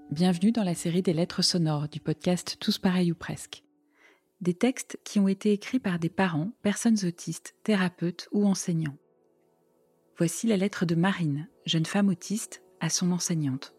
Bienvenue dans la série des lettres sonores du podcast Tous pareils ou presque. Des textes qui ont été écrits par des parents, personnes autistes, thérapeutes ou enseignants. Voici la lettre de Marine, jeune femme autiste, à son enseignante.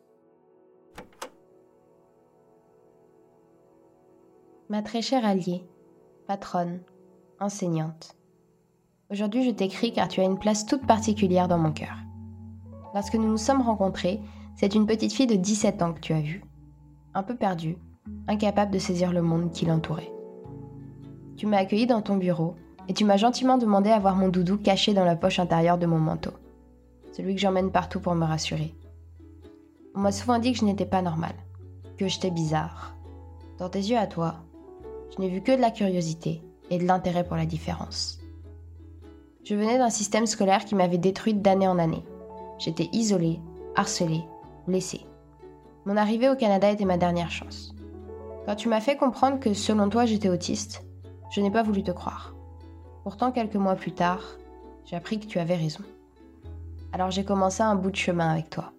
Ma très chère alliée, patronne, enseignante. Aujourd'hui, je t'écris car tu as une place toute particulière dans mon cœur. Lorsque nous nous sommes rencontrés, c'est une petite fille de 17 ans que tu as vue. Un peu perdue, incapable de saisir le monde qui l'entourait. Tu m'as accueillie dans ton bureau et tu m'as gentiment demandé à voir mon doudou caché dans la poche intérieure de mon manteau. Celui que j'emmène partout pour me rassurer. On m'a souvent dit que je n'étais pas normale, que j'étais bizarre. Dans tes yeux à toi, je n'ai vu que de la curiosité et de l'intérêt pour la différence. Je venais d'un système scolaire qui m'avait détruite d'année en année. J'étais isolée, harcelée, blessée. Mon arrivée au Canada était ma dernière chance. Quand tu m'as fait comprendre que selon toi j'étais autiste, je n'ai pas voulu te croire. Pourtant, quelques mois plus tard, j'ai appris que tu avais raison. Alors j'ai commencé un bout de chemin avec toi.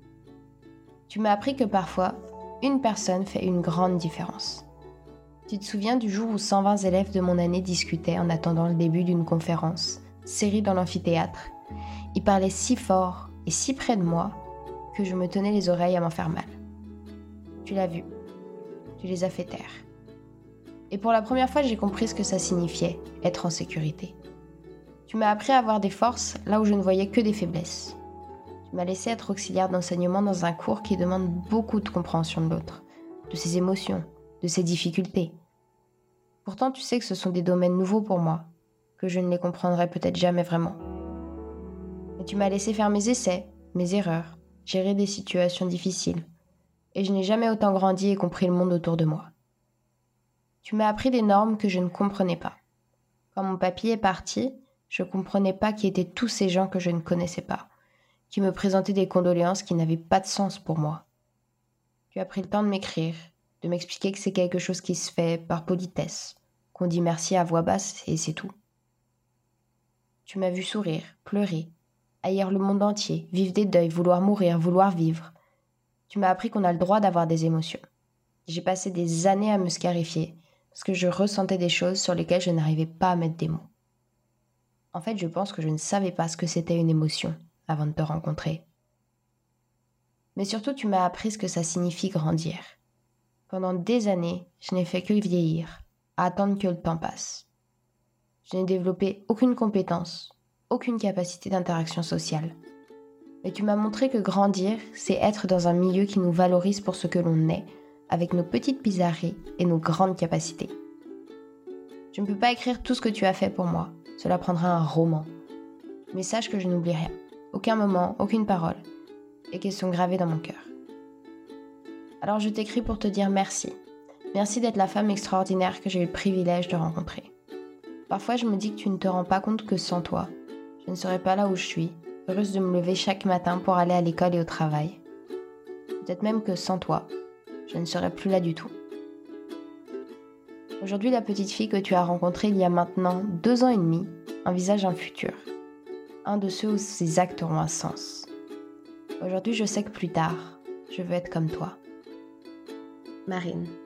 Tu m'as appris que parfois, une personne fait une grande différence. Tu te souviens du jour où 120 élèves de mon année discutaient en attendant le début d'une conférence, serrés dans l'amphithéâtre. Ils parlaient si fort et si près de moi que je me tenais les oreilles à m'en faire mal. Tu l'as vu. Tu les as fait taire. Et pour la première fois, j'ai compris ce que ça signifiait, être en sécurité. Tu m'as appris à avoir des forces là où je ne voyais que des faiblesses. Tu m'as laissé être auxiliaire d'enseignement dans un cours qui demande beaucoup de compréhension de l'autre, de ses émotions, de ses difficultés. Pourtant, tu sais que ce sont des domaines nouveaux pour moi, que je ne les comprendrai peut-être jamais vraiment. Mais tu m'as laissé faire mes essais, mes erreurs, gérer des situations difficiles. Et je n'ai jamais autant grandi et compris le monde autour de moi. Tu m'as appris des normes que je ne comprenais pas. Quand mon papy est parti, je ne comprenais pas qui étaient tous ces gens que je ne connaissais pas, qui me présentaient des condoléances qui n'avaient pas de sens pour moi. Tu as pris le temps de m'écrire, de m'expliquer que c'est quelque chose qui se fait par politesse, qu'on dit merci à voix basse et c'est tout. Tu m'as vu sourire, pleurer, haïr le monde entier, vivre des deuils, vouloir mourir, vouloir vivre. Tu m'as appris qu'on a le droit d'avoir des émotions. J'ai passé des années à me scarifier parce que je ressentais des choses sur lesquelles je n'arrivais pas à mettre des mots. En fait, je pense que je ne savais pas ce que c'était une émotion avant de te rencontrer. Mais surtout, tu m'as appris ce que ça signifie grandir. Pendant des années, je n'ai fait que vieillir, à attendre que le temps passe. Je n'ai développé aucune compétence, aucune capacité d'interaction sociale. Mais tu m'as montré que grandir, c'est être dans un milieu qui nous valorise pour ce que l'on est, avec nos petites bizarreries et nos grandes capacités. Je ne peux pas écrire tout ce que tu as fait pour moi, cela prendra un roman. Mais sache que je n'oublie rien, aucun moment, aucune parole, et qu'elles sont gravées dans mon cœur. Alors je t'écris pour te dire merci. Merci d'être la femme extraordinaire que j'ai eu le privilège de rencontrer. Parfois je me dis que tu ne te rends pas compte que sans toi, je ne serais pas là où je suis, heureuse de me lever chaque matin pour aller à l'école et au travail. Peut-être même que sans toi, je ne serais plus là du tout. Aujourd'hui, la petite fille que tu as rencontrée il y a maintenant 2 ans et demi envisage un futur. Un de ceux où ses actes auront un sens. Aujourd'hui, je sais que plus tard, je veux être comme toi. Marine.